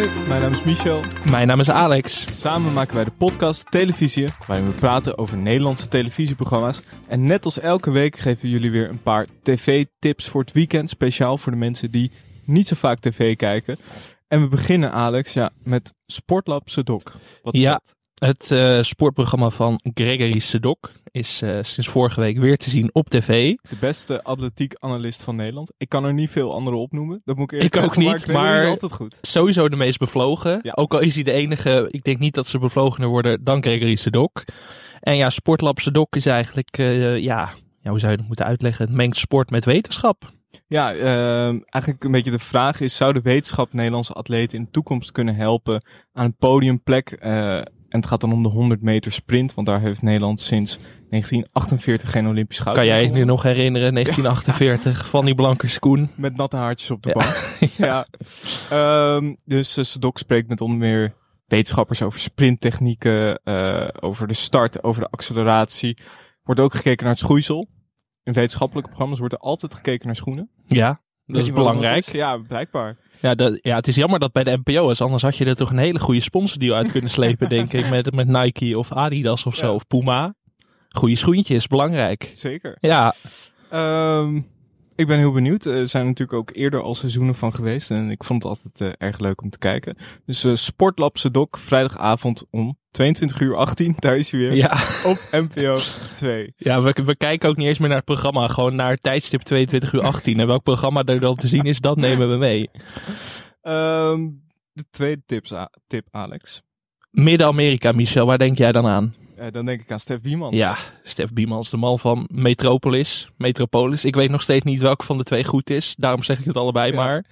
Hoi, mijn naam is Michel. Mijn naam is Alex. Samen maken wij de podcast Televisie, waarin we praten over Nederlandse televisieprogramma's. En net als elke week geven we jullie weer een paar tv-tips voor het weekend. Speciaal voor de mensen die niet zo vaak tv kijken. En we beginnen, Alex, met Sportlab Sedok. Wat is dat? Het sportprogramma van Gregory Sedok is sinds vorige week weer te zien op tv. De beste atletiek-analyst van Nederland. Ik kan er niet veel andere opnoemen. Dat moet ik eerlijk Ik zeggen. ook niet, maar maar is altijd goed. Sowieso de meest bevlogen. Ja. Ook al is hij de enige, ik denk niet dat ze bevlogener worden dan Gregory Sedok. En ja, Sportlab Sedok is eigenlijk, hoe zou je dat moeten uitleggen? Het mengt sport met wetenschap. Ja, eigenlijk een beetje de vraag is, zou de wetenschap Nederlandse atleten in de toekomst kunnen helpen aan een podiumplek? En het gaat dan om de 100 meter sprint, want daar heeft Nederland sinds 1948 geen Olympisch goud. Kan jij je nu nog herinneren, 1948, van die blanke Koen? Met natte haartjes op de bank. Ja. Dus Sedok spreekt met onder meer wetenschappers over sprinttechnieken, over de start, over de acceleratie. Wordt ook gekeken naar het schoeisel. In wetenschappelijke programma's wordt er altijd gekeken naar schoenen. Ja, dat is belangrijk. Ja, blijkbaar. Ja, het is jammer dat bij de NPO is. Anders had je er toch een hele goede sponsordeal uit kunnen slepen, denk ik. Met Nike of Adidas of zo. Ja. Of Puma. Goede schoentjes, belangrijk. Zeker. Ja. Ik ben heel benieuwd. Er zijn natuurlijk ook eerder al seizoenen van geweest. En ik vond het altijd erg leuk om te kijken. Dus Sportlab Sedok, vrijdagavond om 22:18. Daar is hij weer. Ja. Op NPO 2. Ja, we kijken ook niet eens meer naar het programma. Gewoon naar het tijdstip 22:18. En welk programma er dan te zien is, dat nemen we mee. De tweede tip, Alex. Midden-Amerika, Michel. Waar denk jij dan aan? Dan denk ik aan Stef Biemans. Ja, Stef Biemans, de man van Metropolis. Ik weet nog steeds niet welke van de twee goed is. Daarom zeg ik het allebei maar.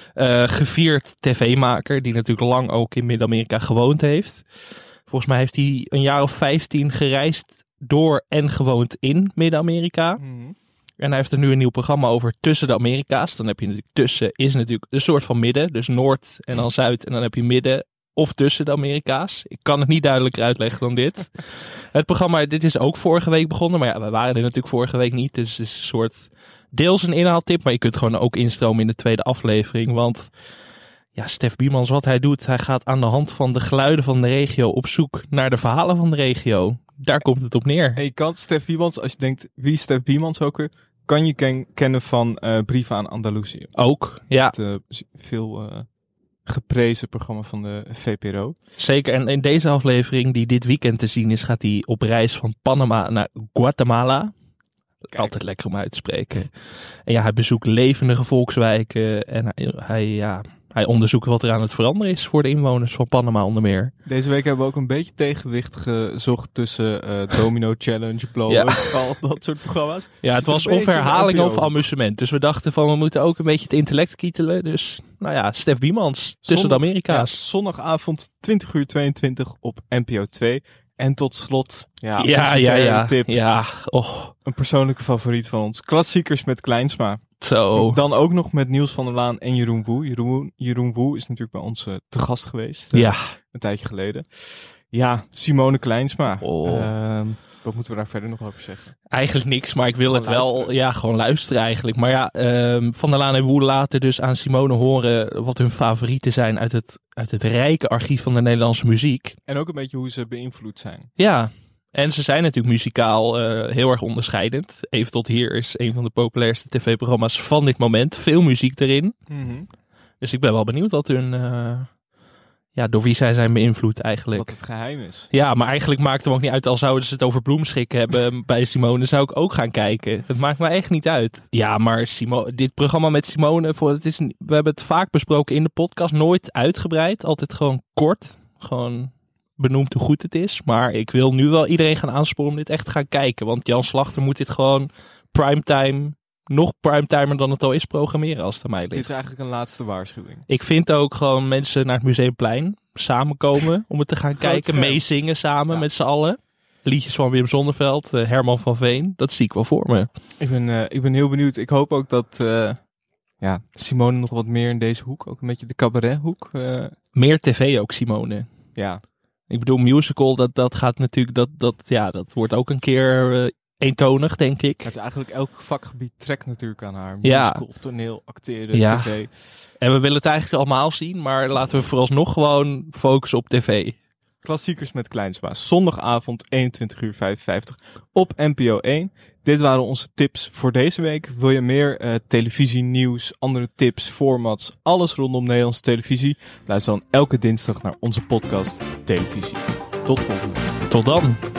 Gevierd tv-maker, die natuurlijk lang ook in Midden-Amerika gewoond heeft. Volgens mij heeft hij een jaar of 15 gereisd door en gewoond in Midden-Amerika. Mm-hmm. En hij heeft er nu een nieuw programma over tussen de Amerika's. Dan heb je natuurlijk tussen, is natuurlijk een soort van midden. Dus Noord en dan Zuid en dan heb je midden. Of tussen de Amerika's. Ik kan het niet duidelijker uitleggen dan dit. Het programma, dit is ook vorige week begonnen. Maar ja, we waren er natuurlijk vorige week niet. Dus het is een soort deels een inhaaltip. Maar je kunt gewoon ook instromen in de tweede aflevering. Want ja, Stef Biemans, wat hij doet. Hij gaat aan de hand van de geluiden van de regio op zoek naar de verhalen van de regio. Daar komt het op neer. En je kan Stef Biemans, als je denkt, wie is Stef Biemans ook weer? Kan je kennen van Brieven aan Andalusië. Ook, ja. Veel geprezen programma van de VPRO. Zeker, en in deze aflevering die dit weekend te zien is, gaat hij op reis van Panama naar Guatemala. Kijk. Altijd lekker om uit te spreken. En ja, hij bezoekt levendige volkswijken en hij onderzoekt wat er aan het veranderen is voor de inwoners van Panama onder meer. Deze week hebben we ook een beetje tegenwicht gezocht tussen Domino Challenge, Blow al dat soort programma's. Ja, dus het was of herhaling of amusement. Dus we dachten van, we moeten ook een beetje het intellect kietelen. Dus, nou ja, Stef Biemans tussen de Amerika's. Ja, zondagavond 20:22 op NPO 2. En tot slot, tip. Ja, een persoonlijke favoriet van ons. Klassiekers met Kleinsma. Zo. Dan ook nog met Niels van der Laan en Jeroen Woe. Jeroen Woe is natuurlijk bij ons te gast geweest. Een tijdje geleden. Ja, Simone Kleinsma. Wat moeten we daar verder nog over zeggen? Eigenlijk niks, maar ik wil gewoon het luisteren. Wel... Ja, gewoon luisteren eigenlijk. Maar ja, Van der Laan en Woe laten dus aan Simone horen wat hun favorieten zijn uit het rijke archief van de Nederlandse muziek. En ook een beetje hoe ze beïnvloed zijn. Ja, en ze zijn natuurlijk muzikaal heel erg onderscheidend. Even tot hier is een van de populairste tv-programma's van dit moment. Veel muziek erin. Mm-hmm. Dus ik ben wel benieuwd wat hun... door wie zij zijn beïnvloed eigenlijk. Wat het geheim is. Ja, maar eigenlijk maakt het hem ook niet uit. Al zouden ze het over bloemschik hebben bij Simone, zou ik ook gaan kijken. Het maakt me echt niet uit. Ja, maar dit programma met Simone, we hebben het vaak besproken in de podcast. Nooit uitgebreid, altijd gewoon kort. Gewoon benoemd hoe goed het is. Maar ik wil nu wel iedereen gaan aansporen om dit echt te gaan kijken. Want Jan Slachter moet dit gewoon primetime... nog primetimer dan het al is programmeren als het aan mij ligt. Dit is eigenlijk een laatste waarschuwing. Ik vind ook gewoon mensen naar het Museumplein samenkomen om het te gaan kijken. Meezingen samen met z'n allen. Liedjes van Wim Sonneveld, Herman van Veen. Dat zie ik wel voor me. Ik ben heel benieuwd. Ik hoop ook dat Simone nog wat meer in deze hoek. Ook een beetje de cabarethoek. Meer tv ook, Simone. Ja. Ik bedoel, musical, dat gaat natuurlijk... Dat wordt ook een keer... eentonig, denk ik. Het is eigenlijk elk vakgebied trekt natuurlijk aan haar. Musical, toneel, acteren, tv. En we willen het eigenlijk allemaal zien, maar laten we vooralsnog gewoon focussen op tv. Klassiekers met Kleinsma. Zondagavond 21:55 op NPO 1. Dit waren onze tips voor deze week. Wil je meer televisienieuws, andere tips, formats, alles rondom Nederlandse televisie? Luister dan elke dinsdag naar onze podcast Televisie. Tot volgende. Tot dan.